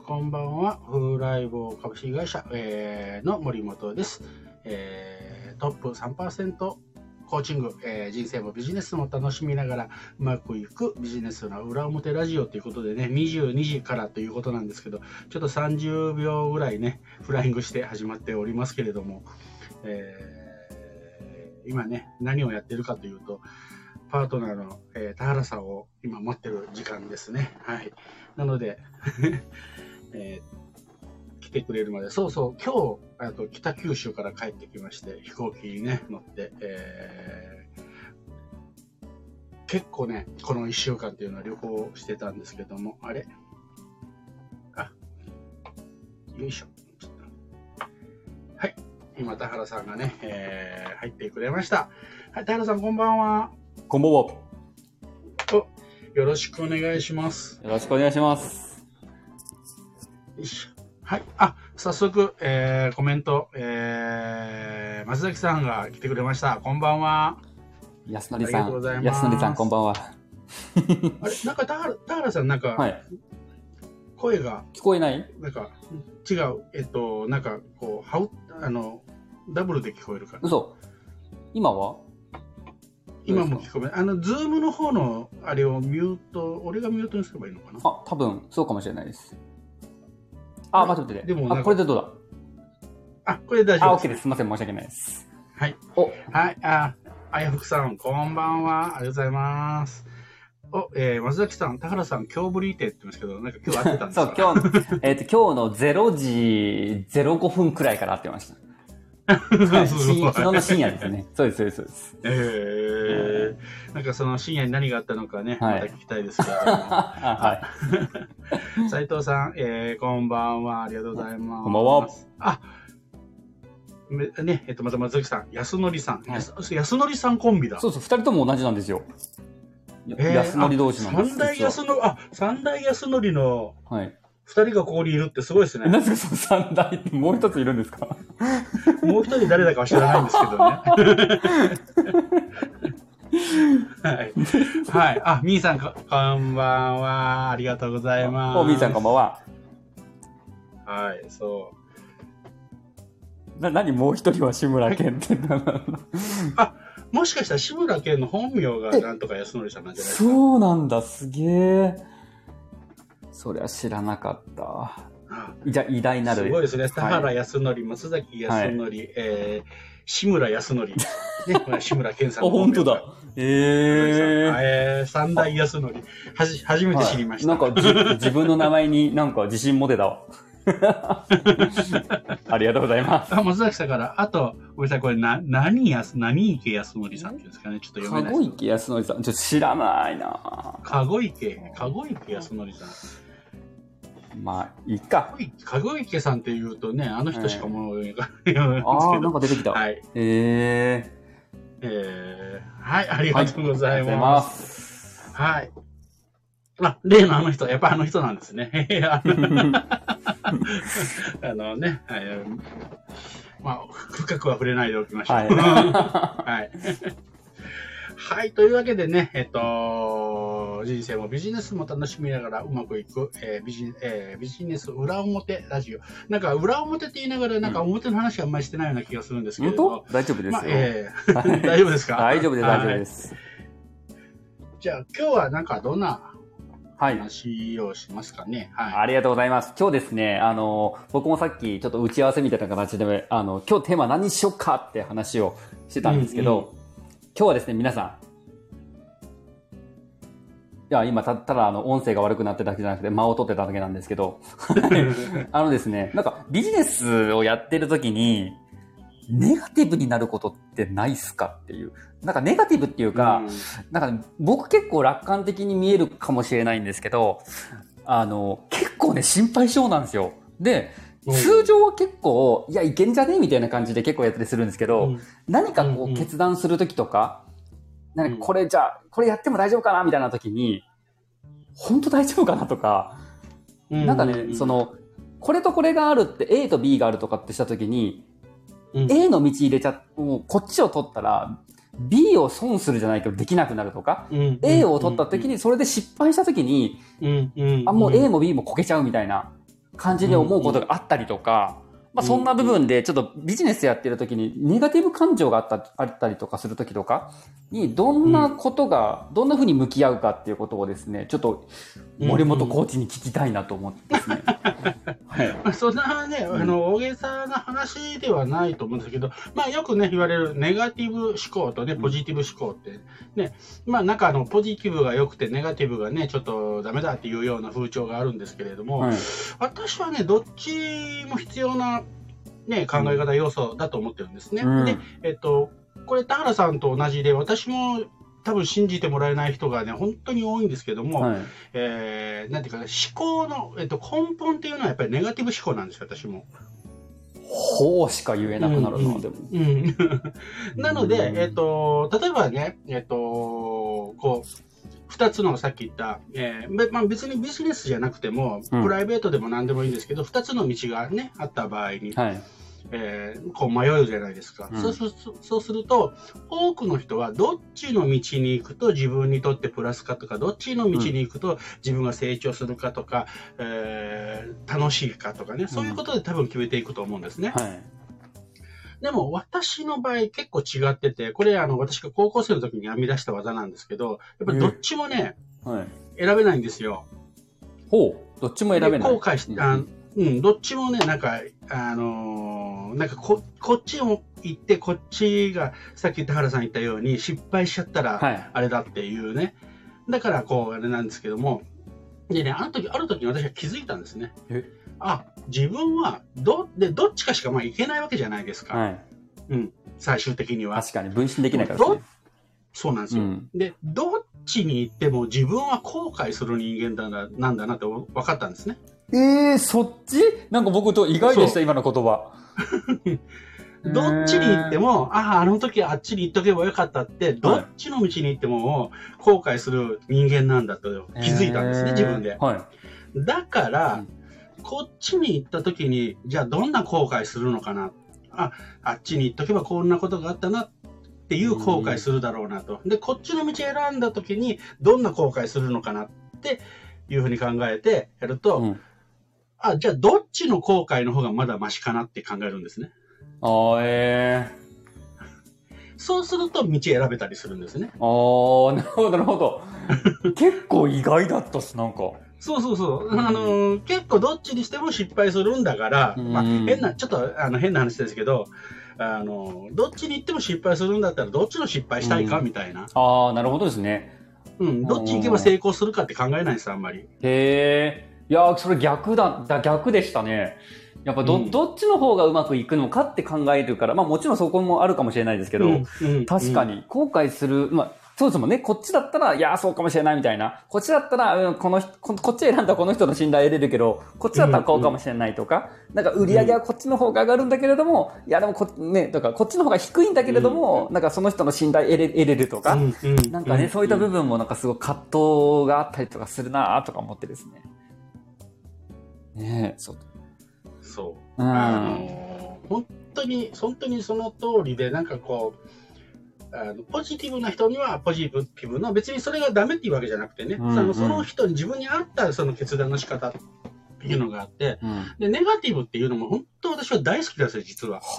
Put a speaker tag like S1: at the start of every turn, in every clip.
S1: こんばんは。フーライボ株式会社、の森本です。トップ 3% コーチング、人生もビジネスも楽しみながらうまくいくビジネスの裏表ラジオということでね、22時からということなんですけど、ちょっと30秒ぐらいね、フライングして始まっておりますけれども、今ね、何をやってるかというと、パートナーの、田原さんを今待ってる時間ですね。はい。なので、来てくれるまで、そうそう、今日、北九州から帰ってきまして、飛行機にね、乗って、結構ね、この1週間っていうのは旅行してたんですけども、あれよいしょ。はい。今、田原さんがね、入ってくれました。はい、田原さん、こんばんは。
S2: こんばんは。
S1: よろしくお願いします。
S2: よろしくお願いします。
S1: よいしょ。はい。早速、コメント、松崎さんが来てくれました。こんばんは。
S2: 安則さん。
S1: ありがとうございます。
S2: 安則さん、こんばんは。
S1: あれなんか田原さん、なんか、
S2: はい、
S1: 声が、
S2: 聞こえない？
S1: なんか、違う。なんか、こう、ダブルで聞こえるから。
S2: 嘘。今は？
S1: 今も聞こえない。ズームの方の、あれをミュート、俺がミュートにすればいいのかな？
S2: 多分、そうかもしれないです。待って。
S1: でも
S2: これでどう
S1: だ？これで大丈夫です。
S2: OK です。すみません、申し訳ないです。
S1: はい。はい、あやふくさん、こんばんは。ありがとうございます。松崎さん、田原さん、今日ぶりって言ってますけど、なんか今日会ってたんですか？
S2: そう、今日の0時05分くらいから会ってました。昨日の深夜ですね。そうです。
S1: なんかその深夜に何があったのかね、
S2: はい、
S1: また聞きたいですけども。はい。斉藤さん、こんばんは。ありがとうございます。
S2: こんばんは。
S1: ね、また松崎さん、安則さん。安則さんコンビだ。
S2: そう、二人とも同じなんですよ。安則同士なんです。
S1: 三大安則の、
S2: はい。
S1: 二人がここにいるってすごいですね。
S2: なんでその三大ってもう一ついるんですか？
S1: もう一人誰だかは知らないんですけどね。はい。はい。みーさんこんばんは。ありがとうございます。
S2: みーさんこんばんは。
S1: はい、そう。
S2: 何もう一人は志村けんって
S1: もしかしたら志村けんの本名がなんとか安則さんなんじゃないですか？
S2: そうなんだ、すげえ。そりゃ知らなかった。じゃあ偉大なる。
S1: すごいですね。田原康則、松崎康則、志村康則。ね、志村けんさんの
S2: 本当だ。
S1: 三大康則。初めて知りました。
S2: なんか自分の名前になんか自信持てたわ。ありがとうございます。
S1: 松崎さんから、あと、ごめんなさい、これ何池康則さんっていうんですかね、ちょっと読めない。
S2: 籠池康則さん、ちょっと知らないな。
S1: 籠池康則さん。
S2: まあ、いいか。
S1: 籠池さんって言うとね、あの人しかもう、
S2: なんか出てきた。
S1: はい。はい、ありがとうございます。はい。例のあの人、やっぱあの人なんですね。深くは触れないでおきましょう。はい。はい。というわけでね、人生もビジネスも楽しみながらうまくいく、ビジネス裏表ラジオ。なんか裏表って言いながら、なんか表の話はあんまりしてないような気がするんですけれども。
S2: 大丈夫ですよ。
S1: 大丈夫ですか？
S2: 大丈夫です。
S1: じゃあ今日はなんかどんな話をしますかね。
S2: ありがとうございます。今日ですね、僕もさっきちょっと打ち合わせみたいな形で、今日テーマ何にしよっかって話をしてたんですけど、今日はですね、皆さん。いや、今、ただ音声が悪くなってただけじゃなくて、間を取ってただけなんですけど、ですね、なんか、ビジネスをやってる時に、ネガティブになることってないっすかっていう。なんか、ネガティブっていうか、なんか、僕結構楽観的に見えるかもしれないんですけど、結構ね、心配性なんですよ。で、通常は結構、いや、いけんじゃねみたいな感じで結構やったりするんですけど、何かこう決断するときとか、なんかこれやっても大丈夫かなみたいなときに、本当大丈夫かなとか、なんかね、これとこれがあるって A と B があるとかってしたときに、A の道入れもうこっちを取ったら、B を損するじゃないけどできなくなるとか、A を取ったときにそれで失敗したときに、もう A も B もこけちゃうみたいな。 感じに思うことがあったりとか、まあそんな部分でちょっとビジネスやってる時にネガティブ感情があったりとかする時とかにどんなことが、どんな風に向き合うかっていうことをですね、ちょっと森本コーチに聞きたいなと思ってですね。
S1: はい、そんなね、大げさな話ではないと思うんですけど、まあよくね、言われるネガティブ思考とね、ポジティブ思考ってね、まあなんかポジティブが良くてネガティブがね、ちょっとダメだっていうような風潮があるんですけれども、
S2: はい、
S1: 私はね、どっちも必要なね、考え方要素だと思ってるんですね。で、これ田原さんと同じで、私も多分信じてもらえない人がね、本当に多いんですけども、なんていうかね、思考の、根本っていうのはやっぱりネガティブ思考なんですよ、私も。
S2: ほうしか言えなくなるのでも。
S1: なので、例えばね、こう、2つのさっき言った、まあ、別にビジネスじゃなくても、プライベートでも何でもいいんですけど、2つの道がね、あった場合に、こう迷うじゃないですか、そうすると多くの人はどっちの道に行くと自分にとってプラスかとか、どっちの道に行くと自分が成長するかとか、楽しいかとかね、そういうことで多分決めていくと思うんですね。でも私の場合結構違ってて、これ私が高校生の時に編み出した技なんですけど、やっぱりどっちもね、選べないんですよ。
S2: ほう、どっちも選べない。
S1: 後悔して、どっちもね、なんか、なんかこっちも行って、こっちが、さっき田原さん言ったように、失敗しちゃったら、あれだっていうね。だから、こう、あれなんですけども、でね、ある時に私は気づいたんですね。自分は、どっちかしかまあいけないわけじゃないですか。最終的には。
S2: 確かに、分身できないからですね。
S1: そうなんですよ。で、どっちに行っても自分は後悔する人間なんだなって分かったんですね。
S2: そっち？なんか僕と意外でした、今の言葉。
S1: どっちに行っても、あの時あっちに行っとけばよかったって、どっちの道に行っても後悔する人間なんだと気づいたんですね、自分で。だから、こっちに行った時に、じゃあどんな後悔するのかな。あっちに行っとけばこんなことがあったなっていう後悔するだろうなと。で、こっちの道選んだ時に、どんな後悔するのかなっていうふうに考えてやると、じゃあどっちの後悔の方がまだマシかなって考えるんですね。そうすると道選べたりするんですね。
S2: なるほど、なるほど。結構意外だったっす、なんか。
S1: そう。結構どっちにしても失敗するんだから、まあ、ちょっと変な話ですけど、どっちに行っても失敗するんだったら、どっちの失敗したいかみたいな。
S2: なるほどですね。
S1: どっち行けば成功するかって考えないです、あんまり。
S2: いやそれ逆でしたね。やっぱどっちの方がうまくいくのかって考えるから、まあもちろんそこもあるかもしれないですけど、確かに後悔する、まあそうですもんね、こっちだったら、いやそうかもしれないみたいな、こっちだったら、こっち選んだこの人の信頼得れるけど、こっちだったらこうかもしれないとか、なんか売り上げはこっちの方が上がるんだけれども、いやでもだからこっちの方が低いんだけれども、なんかその人の信頼得れるとか、なんかね、そういった部分もなんかすごい葛藤があったりとかするなとか思ってですね。そう。
S1: 本当にその通りで、なんかこう、ポジティブな人にはポジティブの、別にそれがダメっていうわけじゃなくてね、その人に自分に合ったその決断の仕方っていうのがあって、で、ネガティブっていうのも本当私は大好きなんですよ、実は。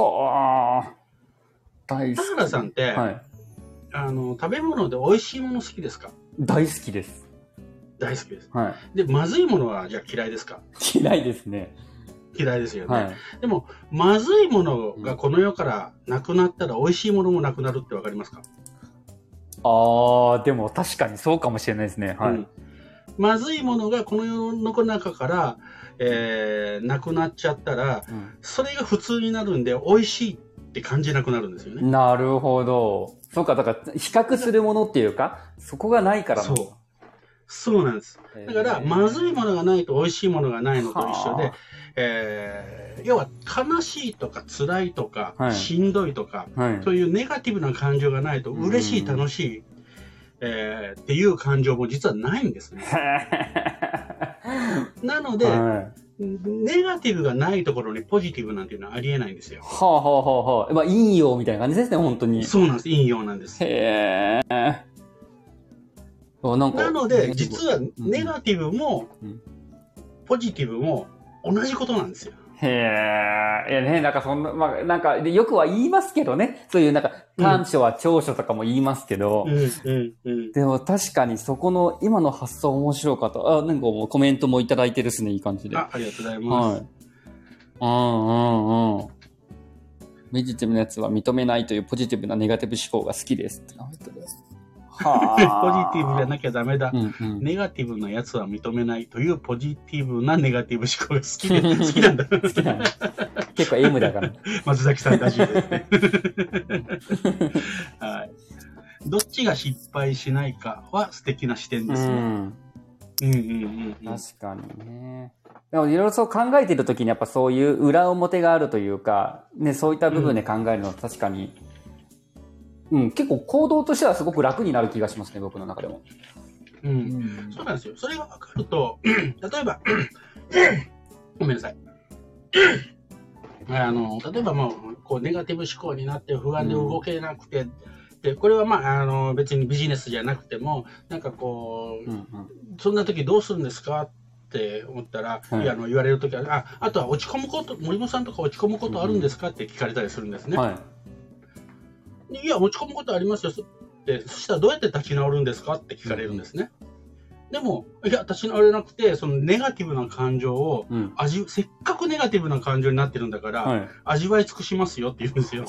S1: 大好き。田原さんって、食べ物で美味しいもの好きですか？
S2: 大好きです。
S1: 大好きです。で、まずいものはじゃあ嫌いですか？
S2: 嫌いですね。
S1: 嫌いですよね。でも、まずいものがこの世からなくなったら、美味しいものもなくなるってわかりますか？
S2: でも確かにそうかもしれないですね。
S1: まずいものがこの世の中から、なくなっちゃったら、それが普通になるんで、美味しいって感じなくなるんですよね。
S2: なるほど。そうか、だから比較するものっていうか、そこがないから
S1: そうなんです。だから、まずいものがないと美味しいものがないのと一緒で、要は悲しいとか辛いとか、しんどいとか、そういうネガティブな感情がないと嬉しい、楽しい、っていう感情も実はないんですね。なので、ネガティブがないところにポジティブなんていうのはありえないんですよ。
S2: まあ、いいよみたいな感じですね、本当に。
S1: そうなんです。いいようなんです。なので、実はネガティブも、ポジティブも、 同じことなんですよ。
S2: へえ、いやね、なんかそんな、まあ、なんか、でよくは言いますけどね。そういうなんか、短所は長所とかも言いますけど。でも確かにそこの、今の発想面白かった。あ、なんかもうコメントもいただいてるですね、いい感じで。
S1: ありがとうございます。
S2: はい。ネガティブなやつは認めないというポジティブなネガティブ思考が好きです。
S1: はポジティブじゃなきゃダメだ、ネガティブなやつは認めないというポジティブなネガティブ思考が好きなんだ。
S2: 好きなんだ。結構 M だから。
S1: 松崎さんらしいですね。はい。どっちが失敗しないかは素敵な視点ですね。
S2: 確かにね。でもいろいろそう考えているときにやっぱそういう裏表があるというか、ね、そういった部分で考えるのは確かに、結構行動としてはすごく楽になる気がしますね、僕の中でも。
S1: そうなんですよ。それが分かると、例えば、ごめんなさい。例えばもう、こう、ネガティブ思考になって不安で動けなくて、で、これはまあ、別にビジネスじゃなくても、なんかこう、そんな時どうするんですかって思ったら、いや言われる時は、あとは落ち込むこと、森本さんとか落ち込むことあるんですかって聞かれたりするんですね。いや、落ち込むことありますよって、そしたらどうやって立ち直るんですかって聞かれるんですね。でも、いや、立ち直れなくて、そのネガティブな感情を、せっかくネガティブな感情になってるんだから、味わい尽くしますよって言うんですよ。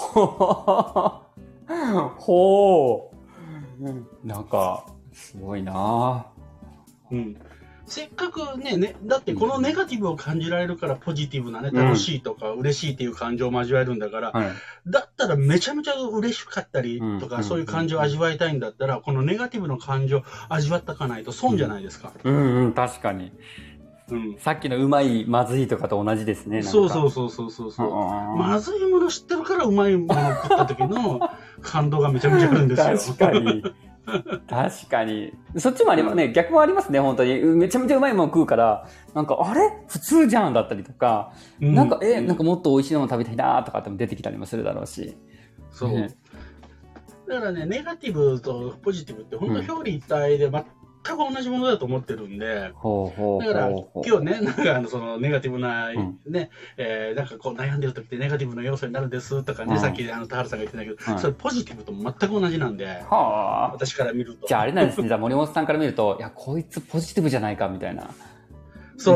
S2: ほう。なんか、すごいなぁ。
S1: せっかくね、だってこのネガティブを感じられるからポジティブなね、楽しいとか嬉しいっていう感情を交えるんだから、だったらめちゃめちゃ嬉しかったりとか、そういう感情を味わいたいんだったら、このネガティブの感情を味わったかないと損じゃないですか。
S2: 確かに。さっきのうまい、まずいとかと同じですね。
S1: そう。まずいもの知ってるからうまいもの食った時の感動がめちゃめちゃあるんですよ。
S2: 確かに。確かに。そっちもありますね。逆もありますね、本当に。めちゃめちゃうまいもの食うから、なんか、あれ普通じゃんだったりとか、なんか、なんかもっと美味しいもの食べたいなとかっても出てきたりもするだろうし。
S1: そう。だからね、ネガティブとポジティブって本当表裏一体で全く同じものだと思ってるんで、だから今日ね、なんかそのネガティブな、ね、なんかこう悩んでる時ってネガティブな要素になるんですとかね、さっき田原さんが言ってたけど、それポジティブと全く同じなんで、私から見ると。
S2: じゃああれなんですね、じゃあ森本さんから見ると、いや、こいつポジティブじゃないかみたいな。
S1: そう。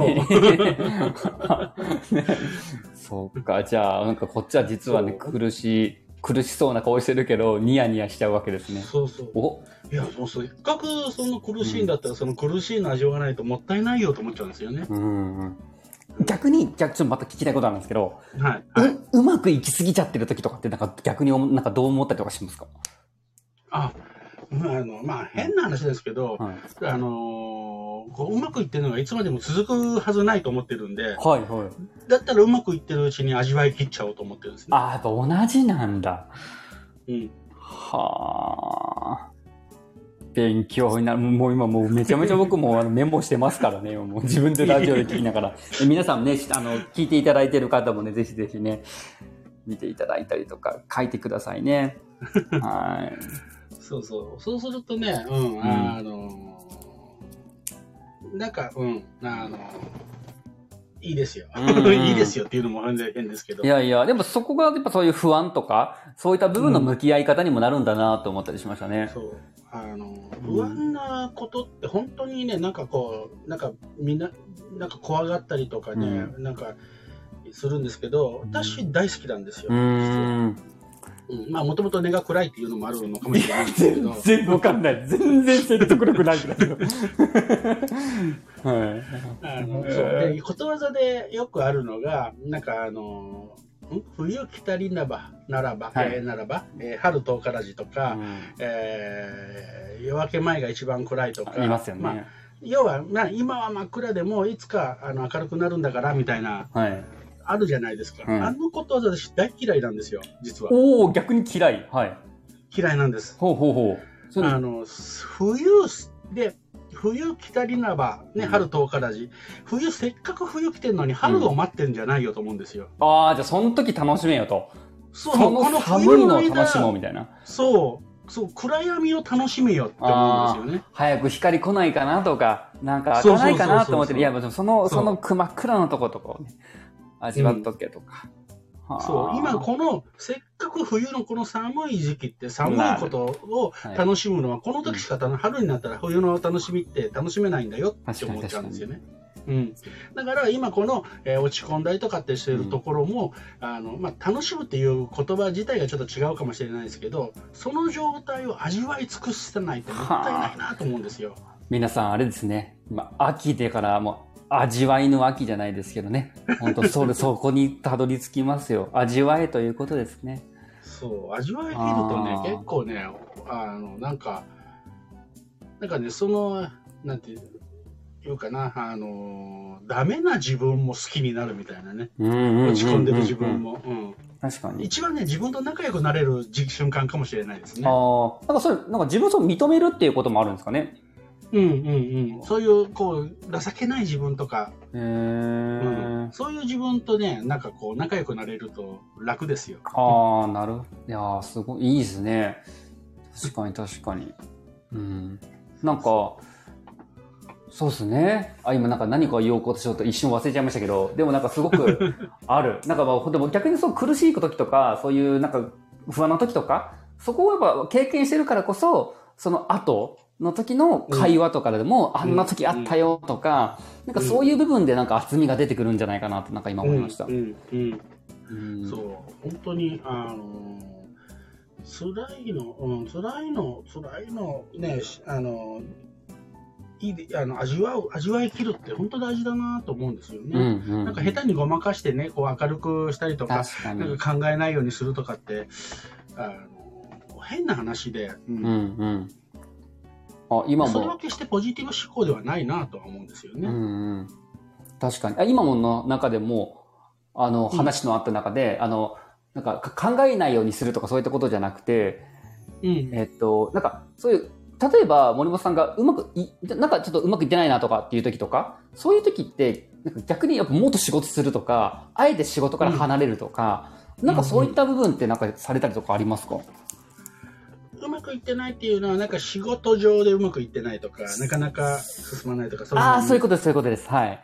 S2: そうか、じゃあなんかこっちは実はね、苦しそうな顔してるけど、ニヤニヤしちゃうわけですね。
S1: そう。いや、もうせっかくそんな苦しいんだったら、その苦しいの味わわないともったいないよと思っちゃうんですよね。
S2: 逆に、ちょっとまた聞きたいことあるんですけど、うまくいきすぎちゃってる時とかって、なんか逆になんかどう思ったりとかしますか？
S1: まあ変な話ですけど、こううまくいってるのがいつまでも続くはずないと思ってるんで、だったらうまくいってるうちに味わい切っちゃおうと思ってるんですね。
S2: やっぱ同じなんだ。勉強になる。もう今もうめちゃめちゃ僕もメモしてますからね。もう自分でラジオで聞きながら。皆さんね、聞いていただいている方もね、ぜひぜひね、見ていただいたりとか、書いてくださいね。
S1: そう。そうするとね、なんか、いいですよ。いいですよっていうのも変ですけど。
S2: いや、でもそこがやっぱそういう不安とか、そういった部分の向き合い方にもなるんだなと思ったりしましたね。
S1: そう。不安なことって本当にね、なんかこう、なんかみんな、なんか怖がったりとかね、なんかするんですけど、私大好きなんですよ。まあ、もともと根が暗いっていうのもあるのかもしれないんですけど。
S2: 全然わかんない。全然説得力ないけど。
S1: で、ことわざでよくあるのが、なんか冬来たりならば、春遠からじとか、夜明け前が一番暗いとか。
S2: いますよね。
S1: 要は、今は真っ暗でもいつか明るくなるんだからみたいな。あるじゃないですか。あのことわざ私大嫌いなんですよ、実は。
S2: 逆に嫌い。
S1: 嫌いなんです。冬来たりなば、ね、春遠からじ。せっかく冬来てんのに春を待ってんじゃないよと思うんですよ。
S2: じゃあその時楽しめよと。この寒いのを楽しもうみたいな。
S1: そう。 そう暗闇を楽しめよって思うんですよね。
S2: 早く光来ないかなとか、なんか開かないかなと思って、いや、その真っ暗なとことかをね、味わっとけとか。
S1: そう今このせっかく冬のこの寒い時期って寒いことを楽しむのはこの時しか春になったら冬の楽しみって楽しめないんだよって思っちゃうんですよね。だから今この、落ち込んだりとかってしてるところも、楽しむっていう言葉自体がちょっと違うかもしれないですけど、その状態を味わい尽くしてないともったいないなと思うんですよ。
S2: 皆さんあれですね、秋でからもう味わいの秋じゃないですけどね、本当そこにたどり着きますよ。味わえということですね。
S1: そう味わい切るとね、結構ねなんかね、そのなんていうかな、ダメな自分も好きになるみたいなね、落ち込んでる自分も、
S2: 確かに
S1: 一番ね自分と仲良くなれる瞬間かもしれないですね。
S2: なんか自分をそう認めるっていうこともあるんですかね。
S1: そういうこう情けない自分とか、そういう自分とねなんかこう仲良くなれると楽ですよ。
S2: なるほど。いやすごいいいですね。確かに。なんかそうですね。今なんか何か言おうとしようと一瞬忘れちゃいましたけど、でもなんかすごくある。なんかでも逆にそう苦しい時とか、そういうなんか不安な時とか、そこをやっぱ経験してるからこそ、その後の時の会話とかでも、あんな時あったよとか、なんかそういう部分でなんか厚みが出てくるんじゃないかなってなんか今思いました。そう、
S1: 本当に辛いのね味わい切るって本当大事だなと思うんですよね。なんか下手にごまかしてねこう明るくしたりとか、なんか考えないようにするとかって変な話で、今もそれは決してポジティブ思考ではないなとは思うんですよね。
S2: 確かに今もの中でも話のあった中でなんか考えないようにするとかそういったことじゃなくて、なんかそういう例えば森本さんがなんかちょっとうまくいってないなとかっていう時とか、そういう時ってなんか逆にやっぱもっと仕事するとか、あえて仕事から離れるとか、なんかそういった部分ってなんかされたりとかありますか？
S1: うまくいってないっていうのはなんか仕事上でうまくいってないとか、なかなか進まないとか、
S2: そういうことです。はい。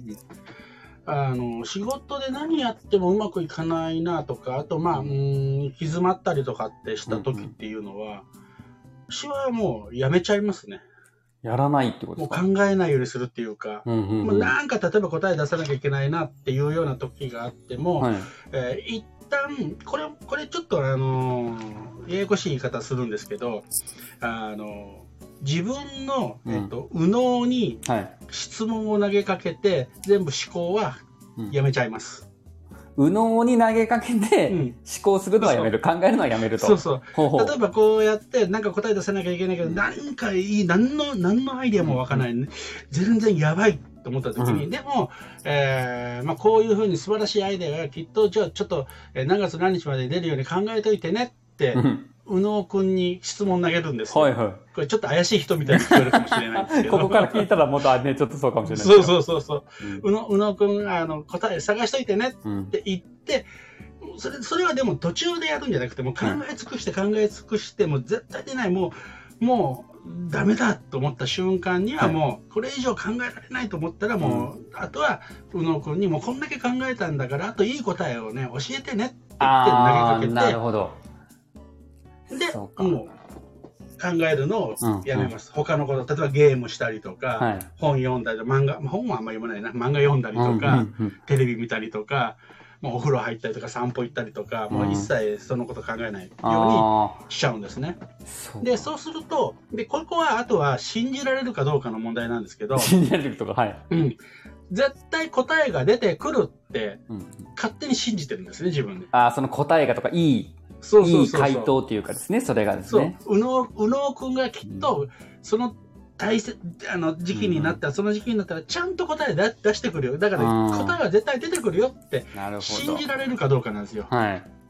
S1: 仕事で何やってもうまくいかないなとか、あと行き詰まったりとかってした時っていうのは、私はもうやめちゃいますね。
S2: やらないってことですか？
S1: もう考えないようにするっていうか、なんか例えば答え出さなきゃいけないなっていうような時があっても、一旦これちょっとややこしい言い方するんですけど、自分の、右脳に質問を投げかけて、全部思考はやめちゃいます。
S2: 右脳に投げかけて思考するのはやめる、考えるのはやめると。
S1: 例えばこうやってなんか答え出さなきゃいけないけど、なんか何のアイデアもわからない、ね、全然やばいと思った時に、でも、こういうふうに素晴らしいアイデアがきっとちょっと何月何日まで出るように考えといてねって右脳くんに質問投げるんですよ。これちょっと怪しい人みたいに聞こえるかもしれないんですけどこ
S2: こから聞いたらもっとねちょっとそうかもしれないです
S1: けど、そう右脳くん答え探しといてねって言って、それはでも途中でやるんじゃなくて、もう考え尽くしてもう絶対出ない、もうダメだと思った瞬間にはもうこれ以上考えられないと思ったら、もうあとは右脳くんにもうこんだけ考えたんだから、あといい答えをね教えてねって言って投げかけて、
S2: なるほど。
S1: でもう考えるのをやめます。他のこと、例えばゲームしたりとか、本読んだりとか、本はあんま読まないな、漫画読んだりとか、テレビ見たりとか、もうお風呂入ったりとか散歩行ったりとか、もう一切そのこと考えないようにしちゃうんですね。でそうすると、ここはあとは信じられるかどうかの問題なんですけど、
S2: 信じられるとか、
S1: 絶対答えが出てくるって勝手に信じてるんですね、自分で。
S2: その答えがとかいい回答っていうかですね、それがですね。
S1: 右脳くんがきっとその時期になったら、その時期になったらちゃんと答え出してくるよ。だから答えは絶対出てくるよって信じられるかどうかなんですよ。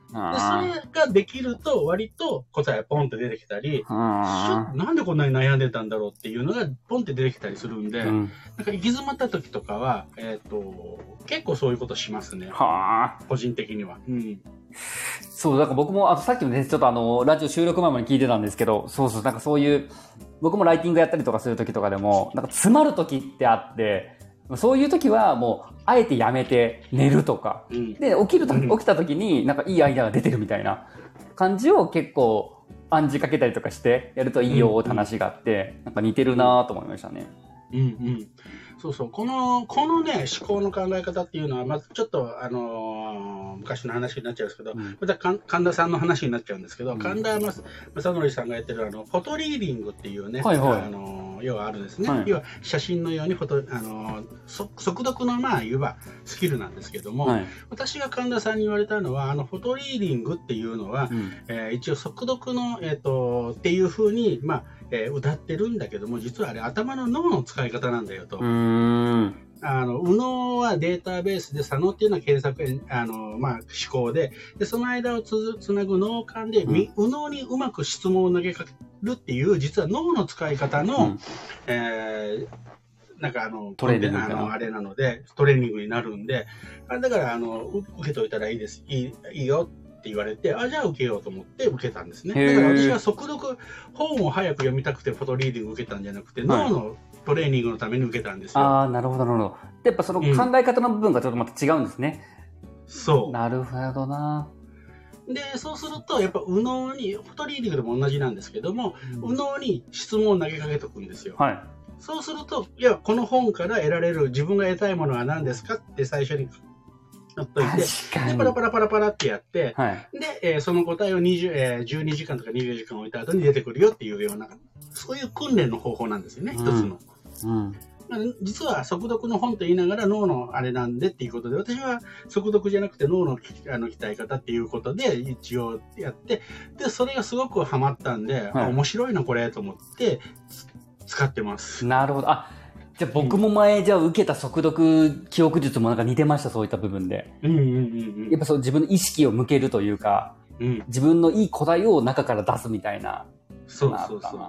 S1: それができると割と答えがポンって出てきたり、なんでこんなに悩んでたんだろうっていうのがポンって出てきたりするんで、なんか行き詰まった時とかは、結構そういうことしますね。個人的には。
S2: そう、だから僕も、さっきもね、ちょっとラジオ収録前まで聞いてたんですけど、そうそう、なんかそういう、僕もライティングやったりとかする時とかでも、なんか詰まる時ってあって、そういう時はもう、あえてやめて寝るとか、で、起きた時になんかいいアイデアが出てるみたいな感じを結構暗示かけたりとかしてやるといいよって話があって、なんか似てるなと思いましたね。
S1: そうそう。このね、思考の考え方っていうのは、まずちょっと、昔の話になっちゃうんですけど、また神田さんの話になっちゃうんですけど、神田正則さんがやってる、フォトリーディングっていうね、要はあるですね。要は写真のように速読の、いわばスキルなんですけども、私が神田さんに言われたのは、フォトリーディングっていうのは、一応速読の、っていうふうに、歌ってるんだけども、実はあれ頭の脳の使い方なんだよと。右脳はデータベースで、左脳っていうのは検索、思考で、その間をつなぐ脳幹で、右脳にうまく質問を投げかけるっていう、実は脳の使い方の、なんか
S2: トレーニング
S1: あれなので、トレーニングになるんで、だから受けといたらいいです。いいよって言われて、じゃあ受けようと思って受けたんですね。だから私は速読、本を早く読みたくてフォトリーディング受けたんじゃなくて、脳のトレーニングのために受けたんですよ。
S2: なるほど、なるほど。やっぱその考え方の部分がちょっとまた違うんですね。
S1: そう。
S2: なるほどな。
S1: で、そうすると、やっぱ右脳に、フォトリーディングでも同じなんですけども、右脳に質問を投げかけとくんですよ。そうすると、いや、この本から得られる自分が得たいものは何ですかって最初にやっといて、で、パラパラパラパラってやって、で、その答えを12時間とか24時間置いた後に出てくるよっていうような、そういう訓練の方法なんですよね、一つの。実は速読の本と言いながら脳のあれなんでっていうことで、私は速読じゃなくて脳の鍛え方っていうことで一応やって、で、それがすごくハマったんで、面白いなこれと思って使ってます。
S2: なるほど。じゃあ僕も前、じゃあ受けた速読記憶術もなんか似てました、そういった部分で。やっぱそう自分の意識を向けるというか、自分のいい答えを中から出すみたいな。
S1: そうそうそう。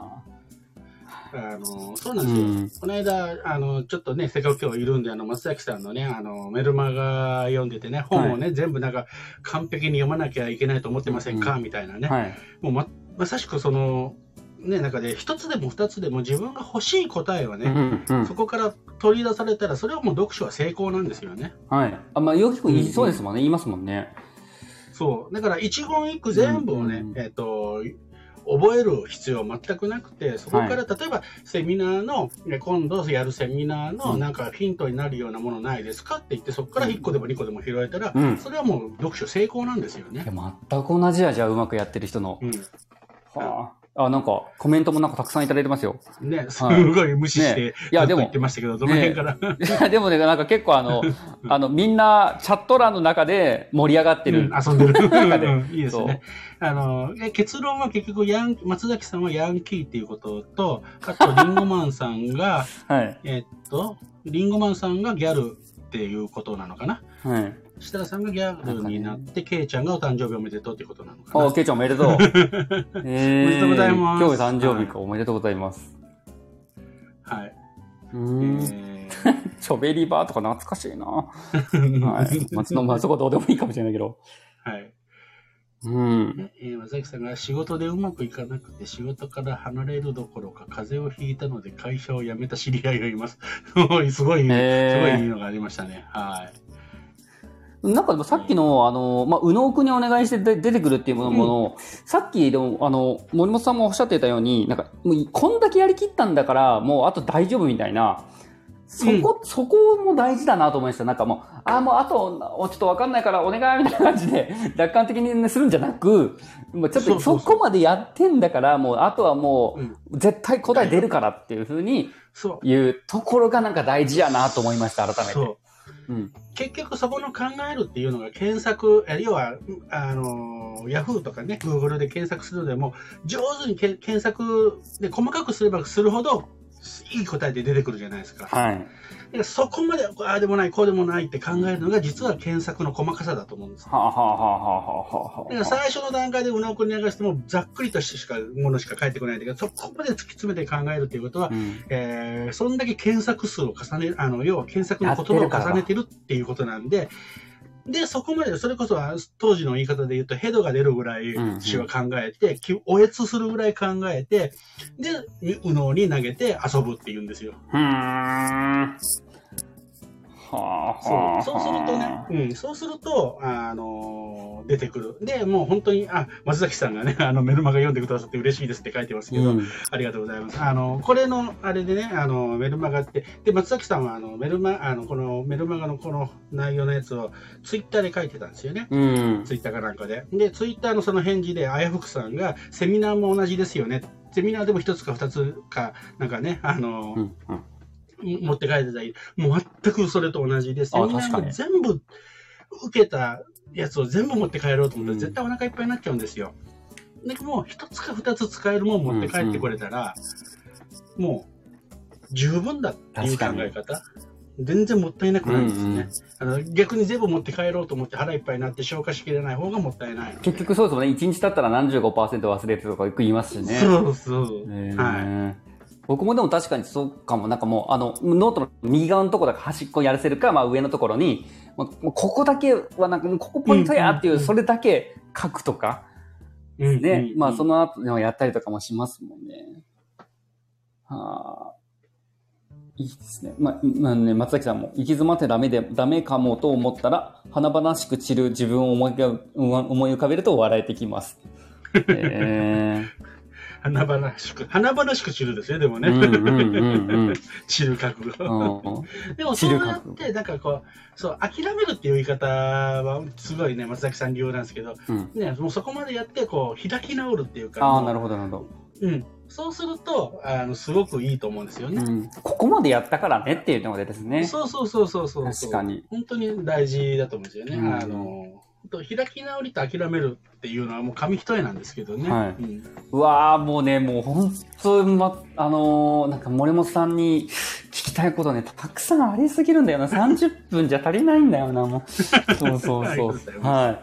S1: そうなんですよ。この間、ちょっとね、せっかく今日いるんで、松崎さんのね、メルマガ読んでてね、本をね、全部なんか完璧に読まなきゃいけないと思ってませんかみたいなね。もうまさしくその、ね、中で一つでも二つでも自分が欲しい答えはね、そこから取り出されたら、それはもう読書は成功なんですよね。
S2: よく言いそうですもんね、言いますもんね。
S1: そう。だから一言一句全部をね、覚える必要は全くなくて、そこから例えばセミナーの、今度やるセミナーのなんかヒントになるようなものないですかって言って、そこから1個でも2個でも拾えたら、それはもう読書成功なんですよね。
S2: 全く同じや、じゃあうまくやってる人の。なんか、コメントもなんかたくさんいただいてますよ。
S1: ね、すごい無視して、いや、でも言ってましたけど、どの辺から。
S2: いや、でもね、なんか結構みんな、チャット欄の中で盛り上がってる。
S1: 遊んでる。いいですね。結論は結局、松崎さんはヤンキーっていうことと、あと、リンゴマンさんが、リンゴマンさんがギャルっていうことなのかな。設楽さんがギャルになって、ケイちゃんがお誕生日おめでとうってことなのかな。
S2: ケイちゃんおめでとう。おめ
S1: でとうございます。
S2: 今日誕生日か、おめでとうございます。
S1: はい。
S2: チョベリバーとか懐かしいな。そこどうでもいいかもしれないけど。
S1: はい。松崎さんが仕事でうまくいかなくて仕事から離れるどころか風邪をひいたので会社を辞めた知り合いがいます。すごいいいのがありましたね。はい。
S2: なんかでもさっきの、右脳君にお願いして出てくるっていうもの、さっきでも、森本さんもおっしゃっていたように、なんか、もうこんだけやりきったんだから、もうあと大丈夫みたいな、そこも大事だなと思いました。なんかもう、もうあと、ちょっとわかんないからお願いみたいな感じで、楽観的にするんじゃなく、ちょっとそこまでやってんだから、もう、あとはもう、絶対答え出るからっていうふうに、いうところがなんか大事やなと思いました、改めて。
S1: 結局そこの考えるっていうのが検索、要はヤフーとかね、グーグルで検索するのでも上手に検索で細かくすればするほどいい答えで出てくるじゃないですか。
S2: はい。
S1: そこまでああでもないこうでもないって考えるのが実は検索の細かさだと思うんです。
S2: はあ、はあはあはあはあ、
S1: だから最初の段階でうな送り流してもざっくりとしたものしか返ってこないんだけど、そこまで突き詰めて考えるということは、そんだけ検索数を重ね要は検索の言葉を重ねてるっていうことなんで、そこまで、それこそ当時の言い方で言うと、ヘドが出るぐらい詩は考えて、おえつするぐらい考えて、で、右脳に投げて遊ぶって言うんですよ。そうするとね、そうすると、出てくる。で、もう本当に、松崎さんがね、メルマガ読んでくださって嬉しいですって書いてますけど、ありがとうございます。これの、あれでね、メルマガって、で、松崎さんは、このメルマガのこの内容のやつを、ツイッターで書いてたんですよね。ツイッターかなんかで。で、ツイッターのその返事で、あやふくさんが、セミナーも同じですよね。セミナーでも一つか二つか、なんかね、持って帰ってたり、もう全くそれと同じで、セミナーも全部受けたやつを全部持って帰ろうと思ったら、絶対お腹いっぱいになっちゃうんですよ。でもう一つか二つ使えるもん持って帰ってこれたら、もう十分だっていう考え方。全然もったいなくないんですね。逆に全部持って帰ろうと思って腹いっぱいになって消化しきれない方がもったいない。
S2: 結局そうですもんね。1日経ったら何十5%忘れてとかよく言いますしね。
S1: そうそう。はい。
S2: 僕もでも確かにそうかも。なんかもう、ノートの右側のところだけ端っこにやらせるか、上のところに、もうここだけはなんか、もうここポイントやっていう、それだけ書くとか、ね。その後でもやったりとかもしますもんね。いいですね。松崎さんも、行き詰まってダメかもと思ったら、華々しく散る自分を思い浮かべると笑えてきます。
S1: 華々しく散るですね、でもね。散る覚悟。でもそうやって、なんかこう、そう、諦めるっていう言い方は、すごいね、松崎さん流なんですけど、ね、もうそこまでやって、こう、開き直るっていうか。
S2: なるほど、なるほど。
S1: そうすると、すごすごくいいと思うんですよね。
S2: ここまでやったからねっていうのがですね。
S1: そう。
S2: 確かに。
S1: 本当に大事だと思うんですよね。開き直りと諦めるっていうのはもう紙一重なんですけどね。
S2: うわーもうね、もう本当なんか森本さんに聞きたいことね、たくさんありすぎるんだよな。30分じゃ足りないんだよな、もう。そう。はい。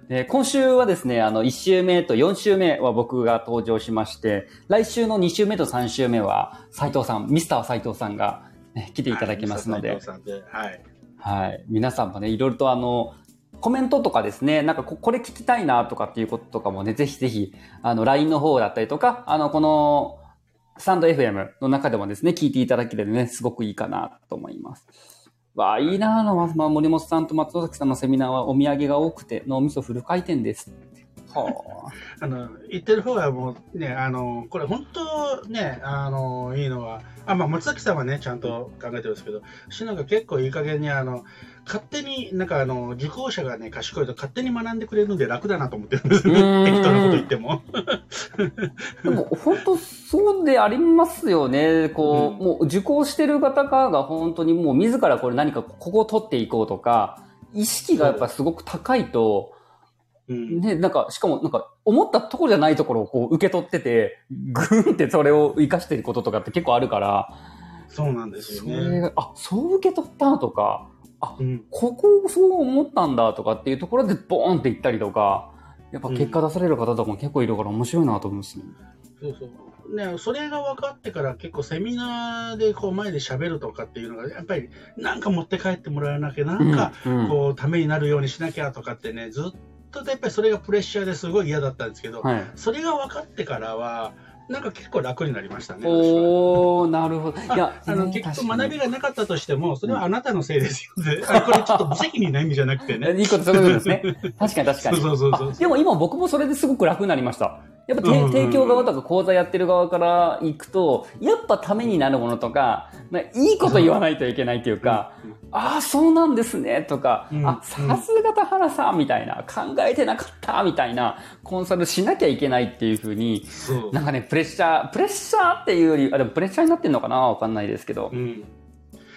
S2: で、今週はですね、1週目と4週目は僕が登場しまして、来週の2週目と3週目は斉藤さん、ミスター斉藤さんが、ね、来ていただきますので、はい。皆さんもね、いろいろとコメントとかですね、なんかこれ聞きたいなとかっていうこととかもね、ぜひぜひ、LINE の方だったりとか、この、スタンド FM の中でもですね、聞いていただければね、すごくいいかなと思います。いいなぁ、森本さんと松崎さんのセミナーはお土産が多くて、脳みそフル回転です。
S1: 言ってる方はもうね、これ本当ね、いいのは、松崎さんはね、ちゃんと考えてるんですけど、私なんか結構いい加減に勝手に、なんか受講者がね、賢いと勝手に学んでくれるんで楽だなと思ってるんですね。適当なこと言っても。
S2: でも、本当そうでありますよね。もう受講してる方が本当にもう自らこれ何かここを取っていこうとか、意識がやっぱすごく高いと、ね、なんか、しかもなんか、思ったところじゃないところをこう受け取ってて、ぐーんってそれを活かしてることとかって結構あるから、
S1: そうなんですよね。
S2: そう受け取ったとか、ここそう思ったんだとかっていうところでボーンっていったりとか、やっぱ結果出される方とかも結構いるから面白いなと思うんですね。
S1: そうね、それが分かってから結構セミナーでこう前で喋るとかっていうのがやっぱりなんか持って帰ってもらわなきゃなんかこうためになるようにしなきゃとかってね、ずっとやっぱりそれがプレッシャーですごい嫌だったんですけど、それが分かってからはなんか結構楽になりましたね。
S2: なるほど。いや、
S1: 結局学びがなかったとしても、それはあなたのせいですよね。これちょっと無責任な意味じゃなくてね。
S2: いいこと、そういうことですね。確かに。そう。でも今僕もそれですごく楽になりました。やっぱ提供側とか講座やってる側から行くと、やっぱためになるものとか、いいこと言わないといけないっていうか、そうなんですねとか、さすが田原さんみたいな、考えてなかったみたいな、コンサルしなきゃいけないっていう風に、なんかね、プレッシャーっていうより、でもプレッシャーになってんのかなわかんないですけど。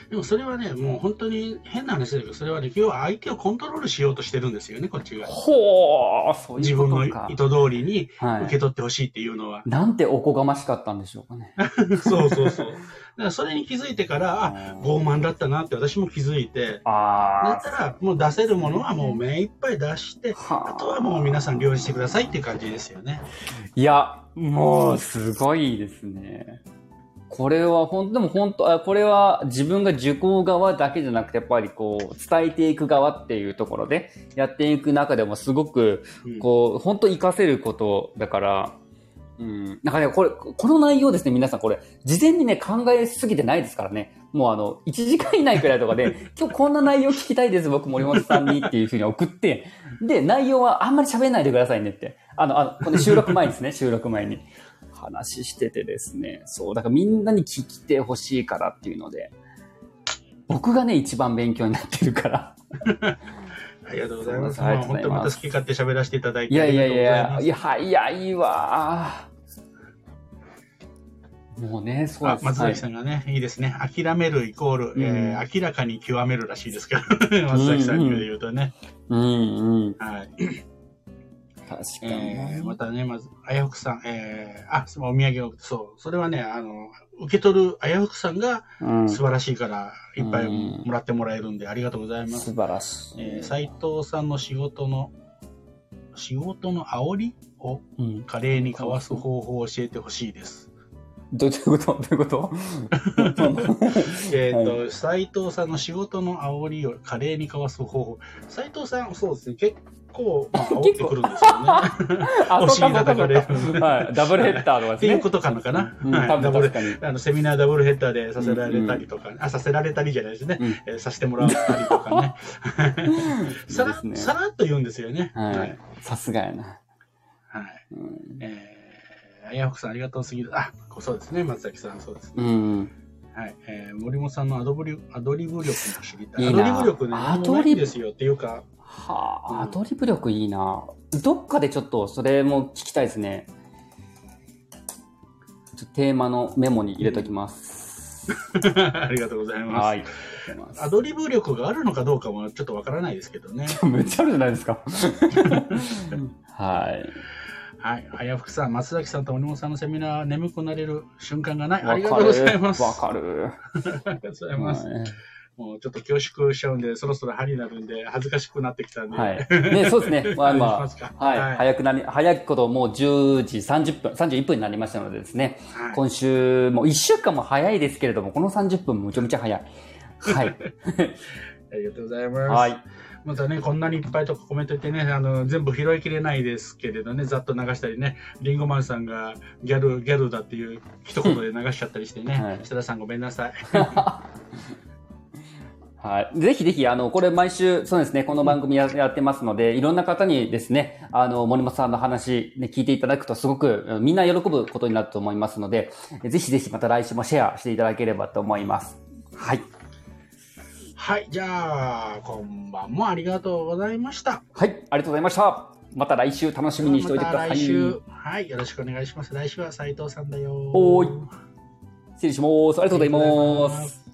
S1: でもそれはね、もう本当に変な話だけど、それはね、要は相手をコントロールしようとしてるんですよね、こっちが。
S2: ほー、そういうことか。
S1: 自分の意図通りに受け取ってほしいっていうのは。
S2: なんておこがましかったんでしょうかね。
S1: そうそうそう。だからそれに気づいてから、傲慢だったなって私も気づいて、だったらもう出せるものはもう目いっぱい出して、あとはもう皆さん料理してくださいっていう感じですよね。
S2: いや、もうすごいですね。これはでも本当、これは自分が受講側だけじゃなくて、やっぱりこう、伝えていく側っていうところで、やっていく中でもすごく、こう、本当活かせることだから、なんかね、この内容ですね、皆さんこれ、事前にね、考えすぎてないですからね。もう1時間以内くらいとかで、今日こんな内容聞きたいです、僕森本さんにっていうふうに送って、で、内容はあんまり喋んないでくださいねって。この収録前ですね、収録前に。話しててですね。そう、だからみんなに聞きてほしいからっていうので、僕がね、一番勉強になってるから。
S1: ありがとうございます。本当にまた好き勝手喋らせていただいて。
S2: いや、早いわ。もうね、そうですね。
S1: 松崎さんがね、いいですね。諦めるイコール、明らかに極めるらしいですから、松崎さんに言うとね。はい。
S2: 確かに。
S1: またね、まず、あやふくさん、そのお土産を、そう、それはね、受け取るあやふくさんが素晴らしいから、いっぱいもらってもらえるんで、ありがとうございます。
S2: 素晴らしい。
S1: 斉藤さんの仕事の煽りを華麗にかわす方法を教えてほしいです。
S2: どういうこと
S1: 斉藤さんの仕事の煽りを華麗にかわす方法。斉藤さん、そうですね、結構、煽ってくるんですよね。お尻叩かれる。
S2: はい。ダブルヘッダーとかですね。
S1: っていうことかのかな。セミナーダブルヘッダーでさせられたりとか、させられたりじゃないですね。させてもらったりとかね。さらっと言うんですよね。
S2: はい。さすがやな。
S1: はい。あやふくさんありがとうすぎる。そうですね、松崎さん、そうですね。はい。森本さんのアドリブ力も知りたい。アドリブ力ね、ないんですよっていうか。
S2: アドリブ力いいな。どっかでちょっとそれも聞きたいですね。テーマのメモに入れときます。
S1: ありがとうございます。はい。アドリブ力があるのかどうかもちょっとわからないですけどね。
S2: めっちゃあるじゃないですか。はい。
S1: はい。あやふくさん、松崎さんと森本さんのセミナー、眠くなれる瞬間がない。ありがとうございます。
S2: わかる。
S1: ありがとうございます。もうちょっと恐縮しちゃうんで、そろそろ歯になるんで、恥ずかしくなってきたんで。
S2: はい。ね、そうですね。早くこともう10時31分になりましたのでですね。今週も1週間も早いですけれども、この30分もめちゃめちゃ早い。はい。
S1: ありがとうございます。はい。またね、こんなにいっぱいとコメントいてね、全部拾いきれないですけれどね、ざっと流したりね、リンゴマンさんがギャルだっていう一言で流しちゃったりしてね、設田さんごめんなさい。
S2: はい。ぜひぜひ、これ毎週、そうですね、この番組やってますので、いろんな方にですね、森本さんの話、ね、聞いていただくとすごく、みんな喜ぶことになると思いますので、ぜひぜひまた来週もシェアしていただければと思います。はい。
S1: はい。じゃあ、今晩もありがとうございました。
S2: はい。ありがとうございました。また来週楽しみにしておいてください。
S1: 来週。はい。よろしくお願いします。来週は斉藤さんだよ。
S2: おーい。失礼します。ありがとうございます。